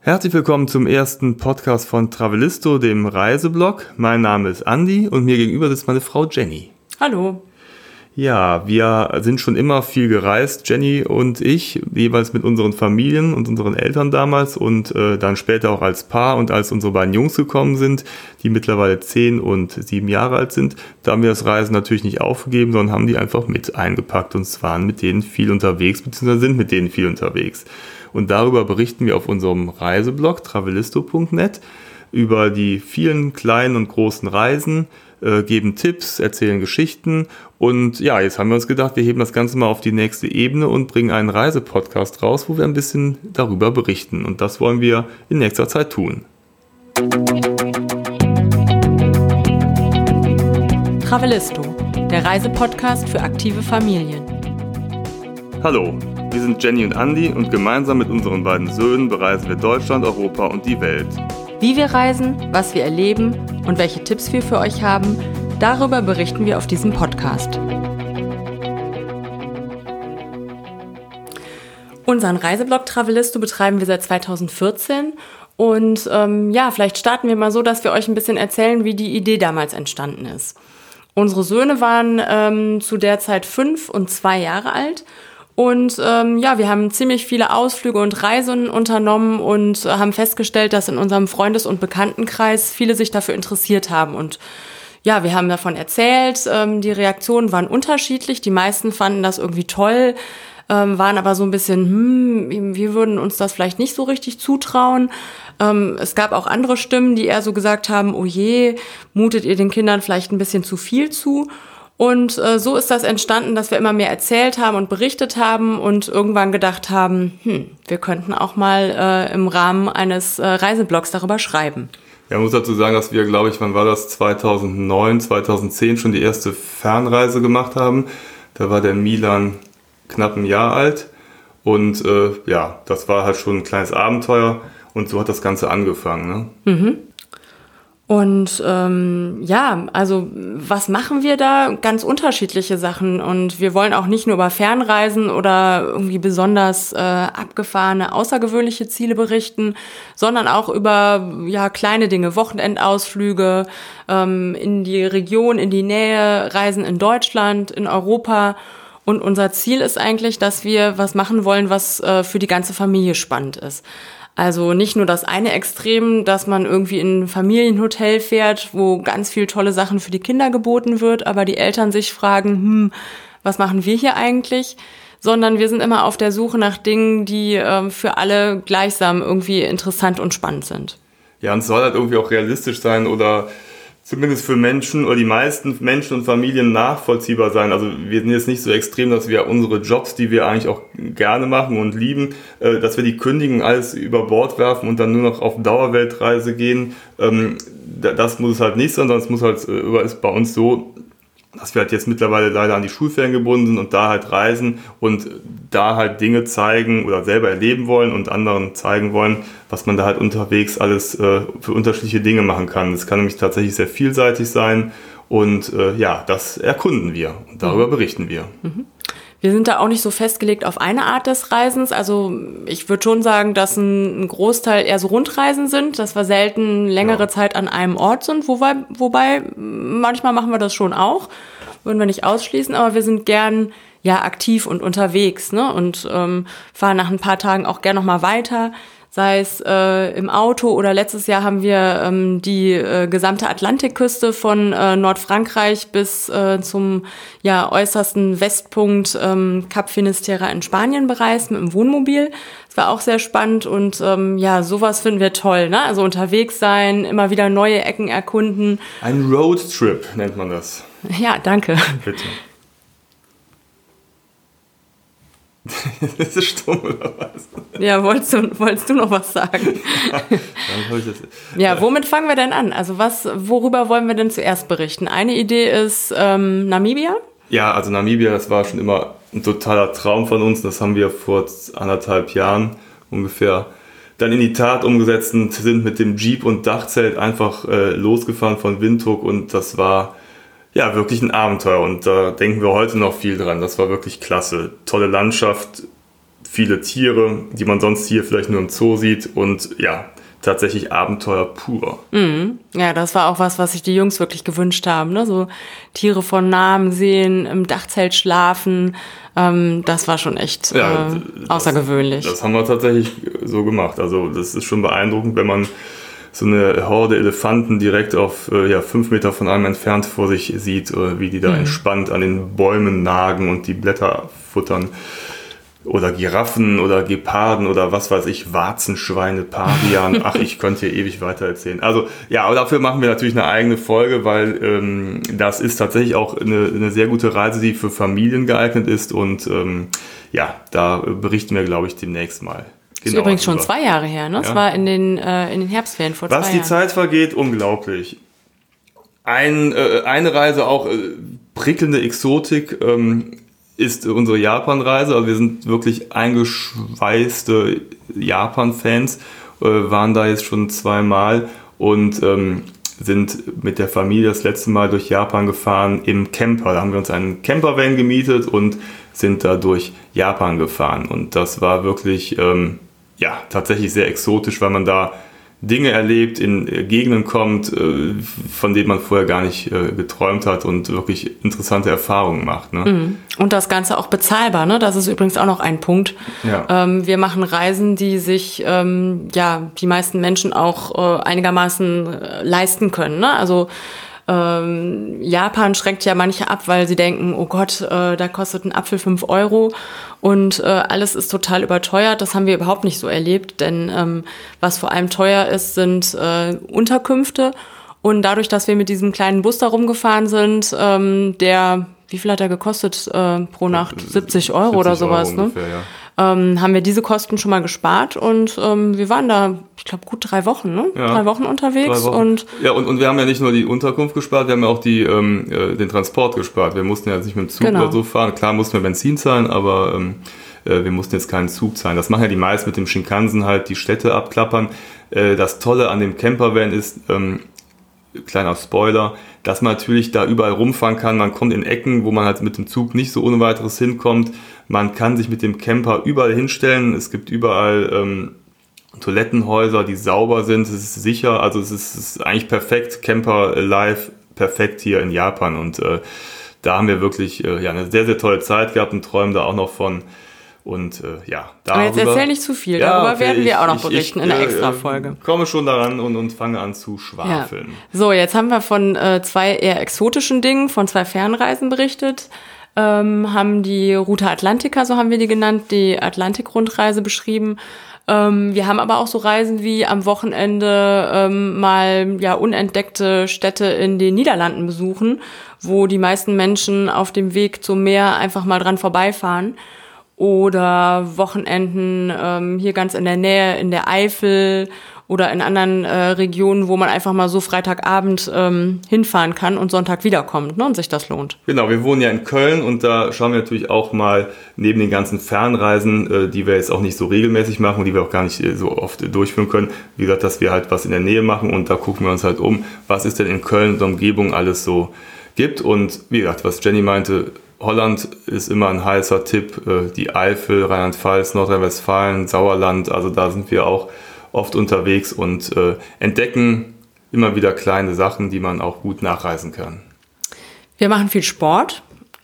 Herzlich willkommen zum ersten Podcast von Travelisto, dem Reiseblog. Mein Name ist Andi und mir gegenüber sitzt meine Frau Jenny. Hallo. Ja, wir sind schon immer viel gereist, Jenny und ich, jeweils mit unseren Familien und unseren Eltern damals und dann später auch als Paar. Und als unsere beiden Jungs gekommen sind, die mittlerweile 10 und 7 Jahre alt sind, da haben wir das Reisen natürlich nicht aufgegeben, sondern haben die einfach mit eingepackt und waren mit denen viel unterwegs, beziehungsweise sind mit denen viel unterwegs. Und darüber berichten wir auf unserem Reiseblog travelisto.net über die vielen kleinen und großen Reisen, geben Tipps, erzählen Geschichten und ja, jetzt haben wir uns gedacht, wir heben das Ganze mal auf die nächste Ebene und bringen einen Reisepodcast raus, wo wir ein bisschen darüber berichten und das wollen wir in nächster Zeit tun. Travelisto, der Reisepodcast für aktive Familien. Hallo, wir sind Jenny und Andi und gemeinsam mit unseren beiden Söhnen bereisen wir Deutschland, Europa und die Welt. Wie wir reisen, was wir erleben und welche Tipps wir für euch haben, darüber berichten wir auf diesem Podcast. Unseren Reiseblog Travelisto betreiben wir seit 2014 und vielleicht starten wir mal so, dass wir euch ein bisschen erzählen, wie die Idee damals entstanden ist. Unsere Söhne waren zu der Zeit 5 und 2 Jahre alt. Und wir haben ziemlich viele Ausflüge und Reisen unternommen und haben festgestellt, dass in unserem Freundes- und Bekanntenkreis viele sich dafür interessiert haben. Und ja, wir haben davon erzählt, die Reaktionen waren unterschiedlich. Die meisten fanden das irgendwie toll, waren aber so ein bisschen, wir würden uns das vielleicht nicht so richtig zutrauen. Es gab auch andere Stimmen, die eher so gesagt haben, oh je, mutet ihr den Kindern vielleicht ein bisschen zu viel zu? Und so ist das entstanden, dass wir immer mehr erzählt haben und berichtet haben und irgendwann gedacht haben, wir könnten auch mal im Rahmen eines Reiseblogs darüber schreiben. Ja, man muss dazu sagen, dass wir, glaube ich, wann war das, 2009, 2010 schon die erste Fernreise gemacht haben. Da war der Milan knapp ein Jahr alt und das war halt schon ein kleines Abenteuer und so hat das Ganze angefangen, ne? Mhm. Und also was machen wir da? Ganz unterschiedliche Sachen und wir wollen auch nicht nur über Fernreisen oder irgendwie besonders abgefahrene, außergewöhnliche Ziele berichten, sondern auch über kleine Dinge, Wochenendausflüge in die Region, in die Nähe, Reisen in Deutschland, in Europa. Und unser Ziel ist eigentlich, dass wir was machen wollen, was für die ganze Familie spannend ist. Also nicht nur das eine Extrem, dass man irgendwie in ein Familienhotel fährt, wo ganz viel tolle Sachen für die Kinder geboten wird, aber die Eltern sich fragen, was machen wir hier eigentlich? Sondern wir sind immer auf der Suche nach Dingen, die für alle gleichsam irgendwie interessant und spannend sind. Ja, und es soll halt irgendwie auch realistisch sein oder zumindest für Menschen oder die meisten Menschen und Familien nachvollziehbar sein. Also wir sind jetzt nicht so extrem, dass wir unsere Jobs, die wir eigentlich auch gerne machen und lieben, dass wir die kündigen, alles über Bord werfen und dann nur noch auf Dauerweltreise gehen. Das muss es halt nicht sein, sondern es muss halt, ist bei uns so, dass wir halt jetzt mittlerweile leider an die Schulferien gebunden sind und da halt reisen und da halt Dinge zeigen oder selber erleben wollen und anderen zeigen wollen, was man da halt unterwegs alles für unterschiedliche Dinge machen kann. Das kann nämlich tatsächlich sehr vielseitig sein und das erkunden wir und darüber berichten wir. Mhm. Wir sind da auch nicht so festgelegt auf eine Art des Reisens. Also ich würde schon sagen, dass ein Großteil eher so Rundreisen sind, dass wir selten längere Zeit an einem Ort sind. Wobei manchmal machen wir das schon auch, würden wir nicht ausschließen. Aber wir sind gern aktiv und unterwegs, ne? Und fahren nach ein paar Tagen auch gern nochmal weiter. Sei es im Auto oder letztes Jahr haben wir die gesamte Atlantikküste von Nordfrankreich bis zum äußersten Westpunkt Cap Finisterre in Spanien bereist mit dem Wohnmobil. Das war auch sehr spannend und sowas finden wir toll, ne? Also unterwegs sein, immer wieder neue Ecken erkunden. Ein Roadtrip nennt man das. Ja, danke. Bitte. Das ist stumm, oder was? Ja, wolltest du noch was sagen? Womit fangen wir denn an? Also worüber wollen wir denn zuerst berichten? Eine Idee ist Namibia. Ja, also Namibia, das war schon immer ein totaler Traum von uns. Das haben wir vor 1,5 Jahren ungefähr dann in die Tat umgesetzt und sind mit dem Jeep und Dachzelt einfach losgefahren von Windhoek und das war wirklich ein Abenteuer und da denken wir heute noch viel dran. Das war wirklich klasse. Tolle Landschaft, viele Tiere, die man sonst hier vielleicht nur im Zoo sieht und ja, tatsächlich Abenteuer pur. Ja, das war auch was sich die Jungs wirklich gewünscht haben, ne? So Tiere von Namen sehen, im Dachzelt schlafen, das war schon echt außergewöhnlich. Das haben wir tatsächlich so gemacht. Also das ist schon beeindruckend, wenn man so eine Horde Elefanten direkt auf 5 Meter von einem entfernt vor sich sieht, wie die da entspannt an den Bäumen nagen und die Blätter futtern. Oder Giraffen oder Geparden oder was weiß ich, Warzenschweine, Pavian. Ach, ich könnte hier ewig weiter erzählen. Also ja, aber dafür machen wir natürlich eine eigene Folge, weil das ist tatsächlich auch eine sehr gute Reise, die für Familien geeignet ist. Und da berichten wir, glaube ich, demnächst mal. Das ist übrigens schon 2 Jahre her, ne? Das war in den Herbstferien vor 2 Jahren. Was die Zeit vergeht, unglaublich. Eine Reise auch, prickelnde Exotik, ist unsere Japan-Reise. Also wir sind wirklich eingeschweißte Japan-Fans, waren da jetzt schon 2-mal und sind mit der Familie das letzte Mal durch Japan gefahren im Camper. Da haben wir uns einen Campervan gemietet und sind da durch Japan gefahren. Und das war wirklich tatsächlich sehr exotisch, weil man da Dinge erlebt, in Gegenden kommt, von denen man vorher gar nicht geträumt hat und wirklich interessante Erfahrungen macht. Ne? Und das Ganze auch bezahlbar, ne? Das ist übrigens auch noch ein Punkt. Ja. Wir machen Reisen, die sich die meisten Menschen auch einigermaßen leisten können. Ne? Also Japan schreckt ja manche ab, weil sie denken, oh Gott, da kostet ein Apfel 5 Euro und alles ist total überteuert. Das haben wir überhaupt nicht so erlebt, denn was vor allem teuer ist, sind Unterkünfte. Und dadurch, dass wir mit diesem kleinen Bus da rumgefahren sind, wie viel hat der gekostet pro Nacht? 70 Euro oder sowas, Euro ungefähr, ja. Haben wir diese Kosten schon mal gespart und wir waren da, ich glaube, gut 3 Wochen, ne? Ja, 3 Wochen unterwegs. 3 Wochen. Und wir haben ja nicht nur die Unterkunft gespart, wir haben ja auch den Transport gespart. Wir mussten ja jetzt nicht mit dem Zug oder so fahren. Klar mussten wir Benzin zahlen, aber wir mussten jetzt keinen Zug zahlen. Das machen ja die meisten mit dem Shinkansen halt, die Städte abklappern. Das Tolle an dem Campervan ist, kleiner Spoiler, dass man natürlich da überall rumfahren kann. Man kommt in Ecken, wo man halt mit dem Zug nicht so ohne weiteres hinkommt. Man kann sich mit dem Camper überall hinstellen. Es gibt überall Toilettenhäuser, die sauber sind. Es ist sicher. Also es ist eigentlich perfekt. Camper live perfekt hier in Japan. Und da haben wir wirklich eine sehr, sehr tolle Zeit gehabt und träumen da auch noch von. Und aber jetzt erzähl nicht zu viel, darüber werden wir auch noch berichten in einer Extra-Folge. Komme schon daran und fange an zu schwafeln. Ja. So, jetzt haben wir von 2 eher exotischen Dingen, von 2 Fernreisen berichtet, haben die Route Atlantica, so haben wir die genannt, die Atlantik-Rundreise beschrieben. Wir haben aber auch so Reisen wie am Wochenende mal unentdeckte Städte in den Niederlanden besuchen, wo die meisten Menschen auf dem Weg zum Meer einfach mal dran vorbeifahren. Oder Wochenenden hier ganz in der Nähe, in der Eifel oder in anderen Regionen, wo man einfach mal so Freitagabend hinfahren kann und Sonntag wiederkommt, ne, und sich das lohnt. Genau, wir wohnen ja in Köln und da schauen wir natürlich auch mal neben den ganzen Fernreisen, die wir jetzt auch nicht so regelmäßig machen und die wir auch gar nicht so oft durchführen können, wie gesagt, dass wir halt was in der Nähe machen und da gucken wir uns halt um, was es denn in Köln und der Umgebung alles so gibt. Und wie gesagt, was Jenny meinte, Holland ist immer ein heißer Tipp, die Eifel, Rheinland-Pfalz, Nordrhein-Westfalen, Sauerland, also da sind wir auch oft unterwegs und entdecken immer wieder kleine Sachen, die man auch gut nachreisen kann. Wir machen viel Sport,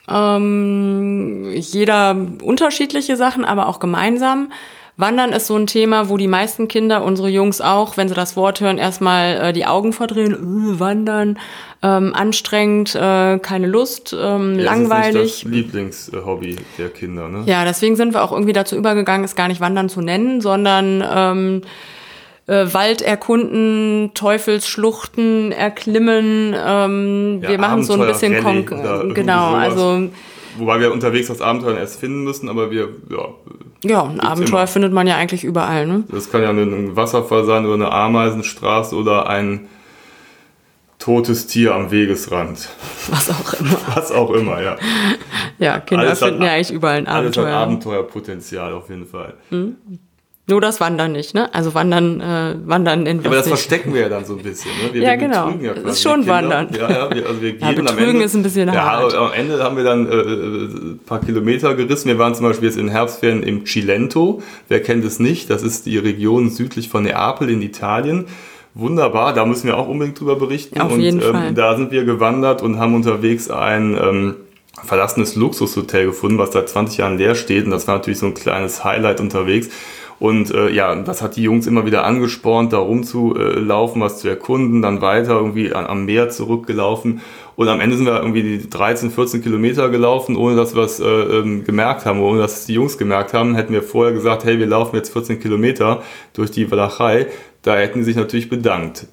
jeder unterschiedliche Sachen, aber auch gemeinsam. Wandern ist so ein Thema, wo die meisten Kinder, unsere Jungs auch, wenn sie das Wort hören, erstmal die Augen verdrehen. Wandern, anstrengend, keine Lust, langweilig. Das ist nicht das Lieblingshobby der Kinder, ne? Ja, deswegen sind wir auch irgendwie dazu übergegangen, es gar nicht Wandern zu nennen, sondern Wald erkunden, Teufelsschluchten erklimmen. Wir machen so ein bisschen genau, also wobei wir unterwegs das Abenteuer erst finden müssen, aber ein Abenteuer findet man ja eigentlich überall, ne? Das kann ja ein Wasserfall sein oder eine Ameisenstraße oder ein totes Tier am Wegesrand. Was auch immer. Was auch immer, ja. Ja, Kinder finden ja eigentlich überall ein Abenteuer. Alles hat Abenteuerpotenzial auf jeden Fall. Nur das Wandern nicht, ne? Also Wandern in was aber das nicht. Verstecken wir ja dann so ein bisschen, ne? Ja, genau. Das ist schon Wandern. Wir gehen betrügen am Ende, ist ein bisschen hart. Ja, am Ende haben wir dann ein paar Kilometer gerissen. Wir waren zum Beispiel jetzt in Herbstferien im Cilento. Wer kennt es nicht? Das ist die Region südlich von Neapel in Italien. Wunderbar, da müssen wir auch unbedingt drüber berichten. Auf jeden Fall. Da sind wir gewandert und haben unterwegs ein verlassenes Luxushotel gefunden, was seit 20 Jahren leer steht. Und das war natürlich so ein kleines Highlight unterwegs. Und das hat die Jungs immer wieder angespornt, da rumzulaufen, was zu erkunden, dann weiter irgendwie am Meer zurückgelaufen. Und am Ende sind wir irgendwie die 13, 14 Kilometer gelaufen, ohne dass wir es gemerkt haben, ohne dass es die Jungs gemerkt haben. Hätten wir vorher gesagt, hey, wir laufen jetzt 14 Kilometer durch die Walachei, da hätten die sich natürlich bedankt.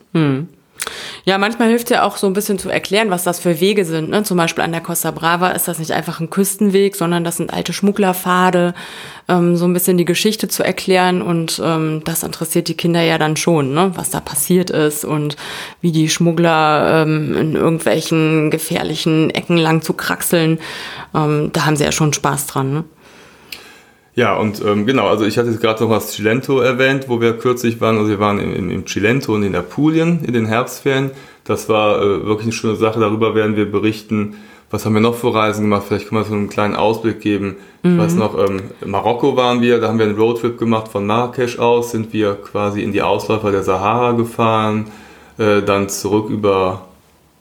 Ja, manchmal hilft ja auch so ein bisschen zu erklären, was das für Wege sind. Ne? Zum Beispiel an der Costa Brava ist das nicht einfach ein Küstenweg, sondern das sind alte Schmugglerpfade, so ein bisschen die Geschichte zu erklären. Und das interessiert die Kinder ja dann schon, ne? Was da passiert ist und wie die Schmuggler in irgendwelchen gefährlichen Ecken lang zu kraxeln. Da haben sie ja schon Spaß dran, ne? Ja, und genau, also ich hatte jetzt gerade noch das Cilento erwähnt, wo wir kürzlich waren. Also wir waren im Cilento und in Apulien in den Herbstferien. Das war wirklich eine schöne Sache. Darüber werden wir berichten. Was haben wir noch für Reisen gemacht? Vielleicht können wir so einen kleinen Ausblick geben. Ich weiß noch, in Marokko waren wir. Da haben wir einen Roadtrip gemacht von Marrakesch aus. Sind wir quasi in die Ausläufer der Sahara gefahren. Dann zurück über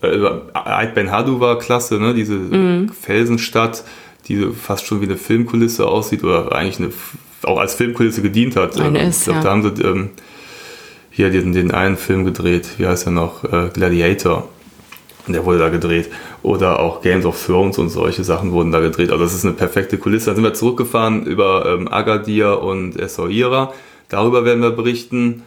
Ait Ben Haddou war klasse, ne? Diese Felsenstadt, die fast schon wie eine Filmkulisse aussieht oder eigentlich auch als Filmkulisse gedient hat. Ich glaube, da haben sie hier den einen Film gedreht, wie heißt er noch? Gladiator. Der wurde da gedreht. Oder auch Games of Thrones und solche Sachen wurden da gedreht. Also das ist eine perfekte Kulisse. Dann sind wir zurückgefahren über Agadir und Essaouira. Darüber werden wir berichten.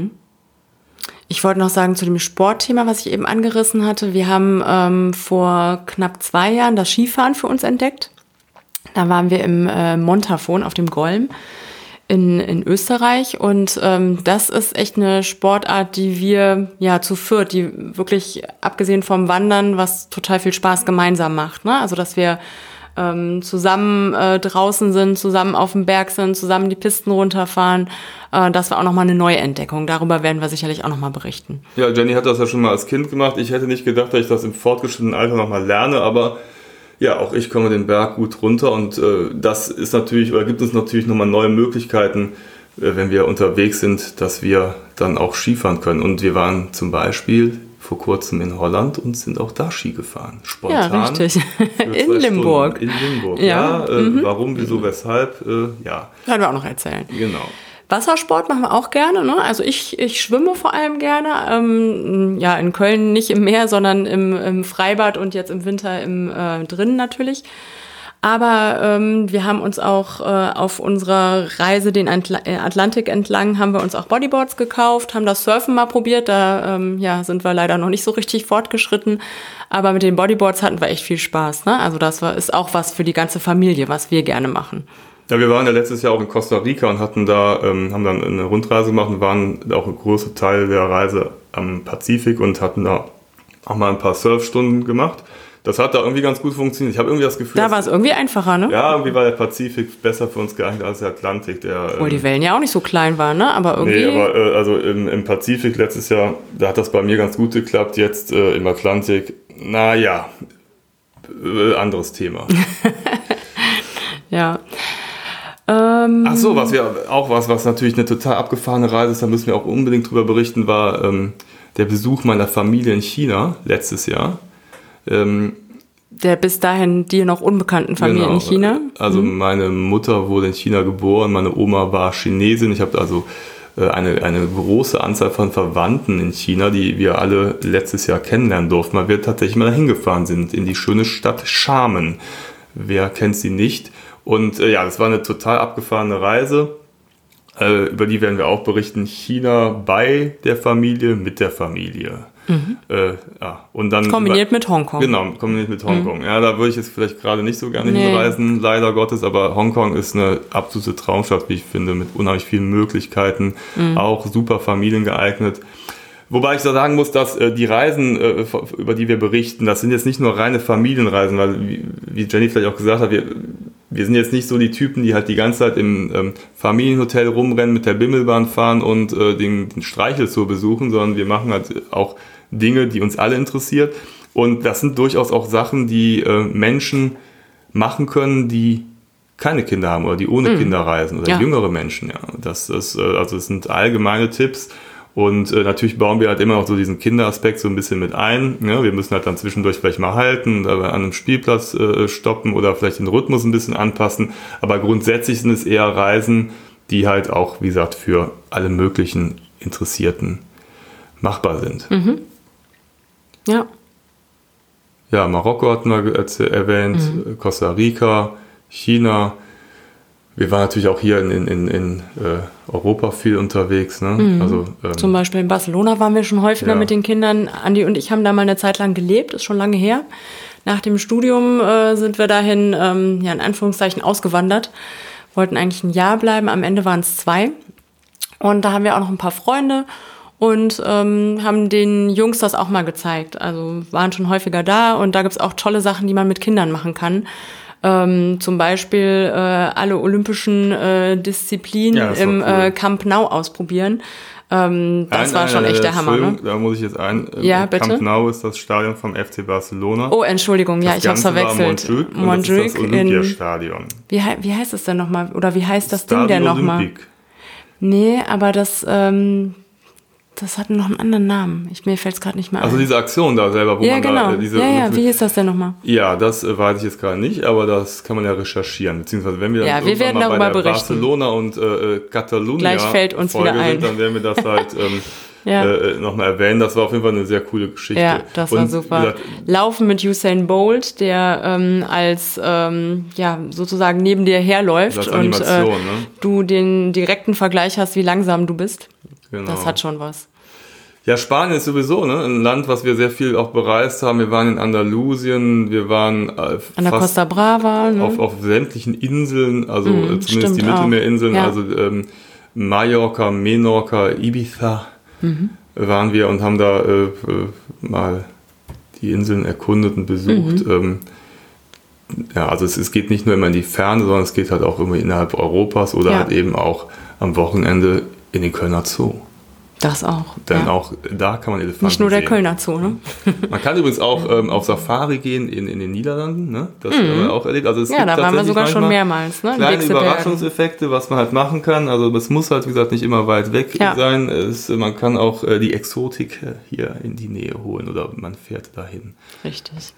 Ich wollte noch sagen zu dem Sportthema, was ich eben angerissen hatte. Wir haben vor knapp 2 Jahren das Skifahren für uns entdeckt. Da waren wir im Montafon auf dem Golm in Österreich und das ist echt eine Sportart, die wir zu viert, die wirklich abgesehen vom Wandern, was total viel Spaß gemeinsam macht, ne? Also dass wir zusammen draußen sind, zusammen auf dem Berg sind, zusammen die Pisten runterfahren. Das war auch nochmal eine neue Entdeckung. Darüber werden wir sicherlich auch nochmal berichten. Ja, Jenny hat das ja schon mal als Kind gemacht. Ich hätte nicht gedacht, dass ich das im fortgeschrittenen Alter nochmal lerne, aber ja, auch ich komme den Berg gut runter und das ist natürlich, oder gibt uns natürlich nochmal neue Möglichkeiten, wenn wir unterwegs sind, dass wir dann auch Skifahren können. Und wir waren zum Beispiel vor kurzem in Holland und sind auch da Ski gefahren. Spontan. Ja, richtig. In Limburg. In Limburg, ja. Warum, wieso, weshalb, ja. Werden wir auch noch erzählen. Genau. Wassersport machen wir auch gerne, ne? Also ich schwimme vor allem gerne. In Köln nicht im Meer, sondern im Freibad und jetzt im Winter drinnen natürlich. Aber wir haben uns auch auf unserer Reise den Atlantik entlang, haben wir uns auch Bodyboards gekauft, haben das Surfen mal probiert. Da sind wir leider noch nicht so richtig fortgeschritten. Aber mit den Bodyboards hatten wir echt viel Spaß, ne? Also ist auch was für die ganze Familie, was wir gerne machen. Ja, wir waren ja letztes Jahr auch in Costa Rica und hatten da, haben dann eine Rundreise gemacht und waren auch ein großer Teil der Reise am Pazifik und hatten da auch mal ein paar Surfstunden gemacht. Das hat da irgendwie ganz gut funktioniert. Ich habe irgendwie das Gefühl, da war es irgendwie einfacher, ne? Ja, irgendwie war der Pazifik besser für uns geeignet als der Atlantik. Obwohl die Wellen ja auch nicht so klein waren, ne? Aber irgendwie. Nee, aber also im Pazifik letztes Jahr, da hat das bei mir ganz gut geklappt. Jetzt im Atlantik, naja, anderes Thema. Ja. Ach so, was natürlich eine total abgefahrene Reise ist, da müssen wir auch unbedingt drüber berichten, war der Besuch meiner Familie in China letztes Jahr. Der bis dahin dir noch unbekannten Familie in China? Also meine Mutter wurde in China geboren, meine Oma war Chinesin. Ich habe also eine große Anzahl von Verwandten in China, die wir alle letztes Jahr kennenlernen durften, weil wir tatsächlich mal dahin gefahren sind, in die schöne Stadt Xiamen. Wer kennt sie nicht? Und das war eine total abgefahrene Reise, über die werden wir auch berichten. China bei der Familie, mit der Familie. Und dann kombiniert mit Hongkong. Genau, kombiniert mit Hongkong. Ja, da würde ich jetzt vielleicht gerade nicht so gerne hinreisen, leider Gottes, aber Hongkong ist eine absolute Traumstadt, wie ich finde, mit unheimlich vielen Möglichkeiten, auch super familiengeeignet. Wobei ich da sagen muss, dass die Reisen, über die wir berichten, das sind jetzt nicht nur reine Familienreisen, weil, wie Jenny vielleicht auch gesagt hat, wir sind jetzt nicht so die Typen, die halt die ganze Zeit im Familienhotel rumrennen, mit der Bimmelbahn fahren und den Streichelzoo besuchen, sondern wir machen halt auch Dinge, die uns alle interessiert. Und das sind durchaus auch Sachen, die Menschen machen können, die keine Kinder haben oder die ohne Kinder reisen oder jüngere Menschen. Ja. Das sind allgemeine Tipps. Und natürlich bauen wir halt immer noch so diesen Kinderaspekt so ein bisschen mit ein. Ja, wir müssen halt dann zwischendurch vielleicht mal halten, an einem Spielplatz stoppen oder vielleicht den Rhythmus ein bisschen anpassen. Aber grundsätzlich sind es eher Reisen, die halt auch, wie gesagt, für alle möglichen Interessierten machbar sind. Mhm. Ja. Ja, Marokko hatten wir erwähnt, Costa Rica, China. Wir waren natürlich auch hier in Europa viel unterwegs. Ne? Also, zum Beispiel in Barcelona waren wir schon häufiger mit den Kindern. Andi und ich haben da mal eine Zeit lang gelebt, ist schon lange her. Nach dem Studium sind wir dahin, in Anführungszeichen, ausgewandert. Wollten eigentlich ein Jahr bleiben, am Ende waren es 2. Und da haben wir auch noch ein paar Freunde und haben den Jungs das auch mal gezeigt. Also waren schon häufiger da und da gibt's auch tolle Sachen, die man mit Kindern machen kann. Zum Beispiel alle olympischen Disziplinen im cool. Camp Nou ausprobieren. Das war schon echt der Hammer. Ne? Da muss ich jetzt bitte? Camp Nou ist das Stadion vom FC Barcelona. Oh, Entschuldigung, das ich hab's verwechselt. Montjuic ist das Olympiastadion. Wie heißt es denn nochmal? Oder wie heißt das Ding denn nochmal? Nee, aber das hat noch einen anderen Namen. Mir fällt es gerade nicht mehr ein. Also diese Aktion da selber, wo man genau. da diese... wie hieß das denn nochmal? Ja, das weiß ich jetzt gerade nicht, aber das kann man ja recherchieren. Beziehungsweise wenn wir dann wir werden mal darüber bei der berichten. Barcelona und Catalunya gleich fällt uns Folge wieder ein. Sind, dann werden wir das halt nochmal erwähnen. Das war auf jeden Fall eine sehr coole Geschichte. Ja, das war super. Gesagt, Laufen mit Usain Bolt, der als sozusagen neben dir herläuft und du den direkten Vergleich hast, wie langsam du bist. Genau. Das hat schon was. Ja, Spanien ist sowieso ein Land, was wir sehr viel auch bereist haben. Wir waren in Andalusien, wir waren an der Costa Brava, ne? auf sämtlichen Inseln, also zumindest die Mittelmeerinseln, also Mallorca, Menorca, Ibiza waren wir und haben da mal die Inseln erkundet und besucht. Also es geht nicht nur immer in die Ferne, sondern es geht halt auch immer innerhalb Europas oder halt eben auch am Wochenende in den Kölner Zoo. Das auch. Denn auch da kann man Elefanten nicht nur der sehen. Kölner Zoo, ne? Man kann übrigens auch auf Safari gehen in den Niederlanden, ne? Das haben wir auch erlebt. Also es gibt da waren wir sogar schon mehrmals, ne? Kleine Überraschungseffekte, was man halt machen kann. Also es muss halt, wie gesagt, nicht immer weit weg sein. Man kann auch die Exotik hier in die Nähe holen oder man fährt dahin. Richtig.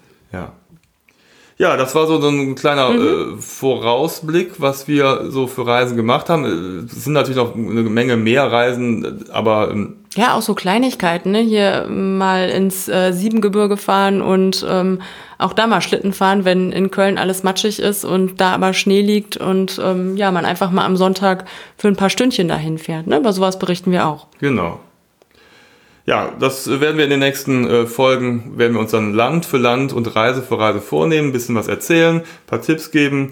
Ja, das war so ein kleiner Vorausblick, was wir so für Reisen gemacht haben. Es sind natürlich noch eine Menge mehr Reisen, aber... auch so Kleinigkeiten, ne? Hier mal ins Siebengebirge fahren und auch da mal Schlitten fahren, wenn in Köln alles matschig ist und da aber Schnee liegt und man einfach mal am Sonntag für ein paar Stündchen dahin fährt. Ne? Über sowas berichten wir auch. Genau. Ja, das werden wir in den nächsten Folgen, werden wir uns dann Land für Land und Reise für Reise vornehmen, ein bisschen was erzählen, ein paar Tipps geben.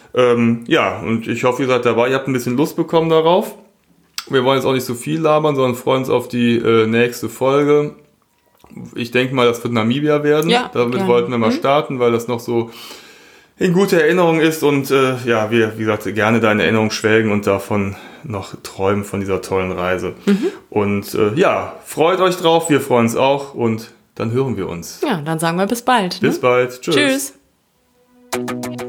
Und ich hoffe, ihr seid dabei, ihr habt ein bisschen Lust bekommen darauf. Wir wollen jetzt auch nicht so viel labern, sondern freuen uns auf die nächste Folge. Ich denke mal, das wird Namibia werden. Ja, damit wollten wir mal starten, weil das noch so in guter Erinnerung ist und wir, wie gesagt, gerne da in Erinnerung schwelgen und davon noch träumen von dieser tollen Reise. Und freut euch drauf, wir freuen uns auch und dann hören wir uns. Ja, dann sagen wir bis bald. Bis bald. Tschüss.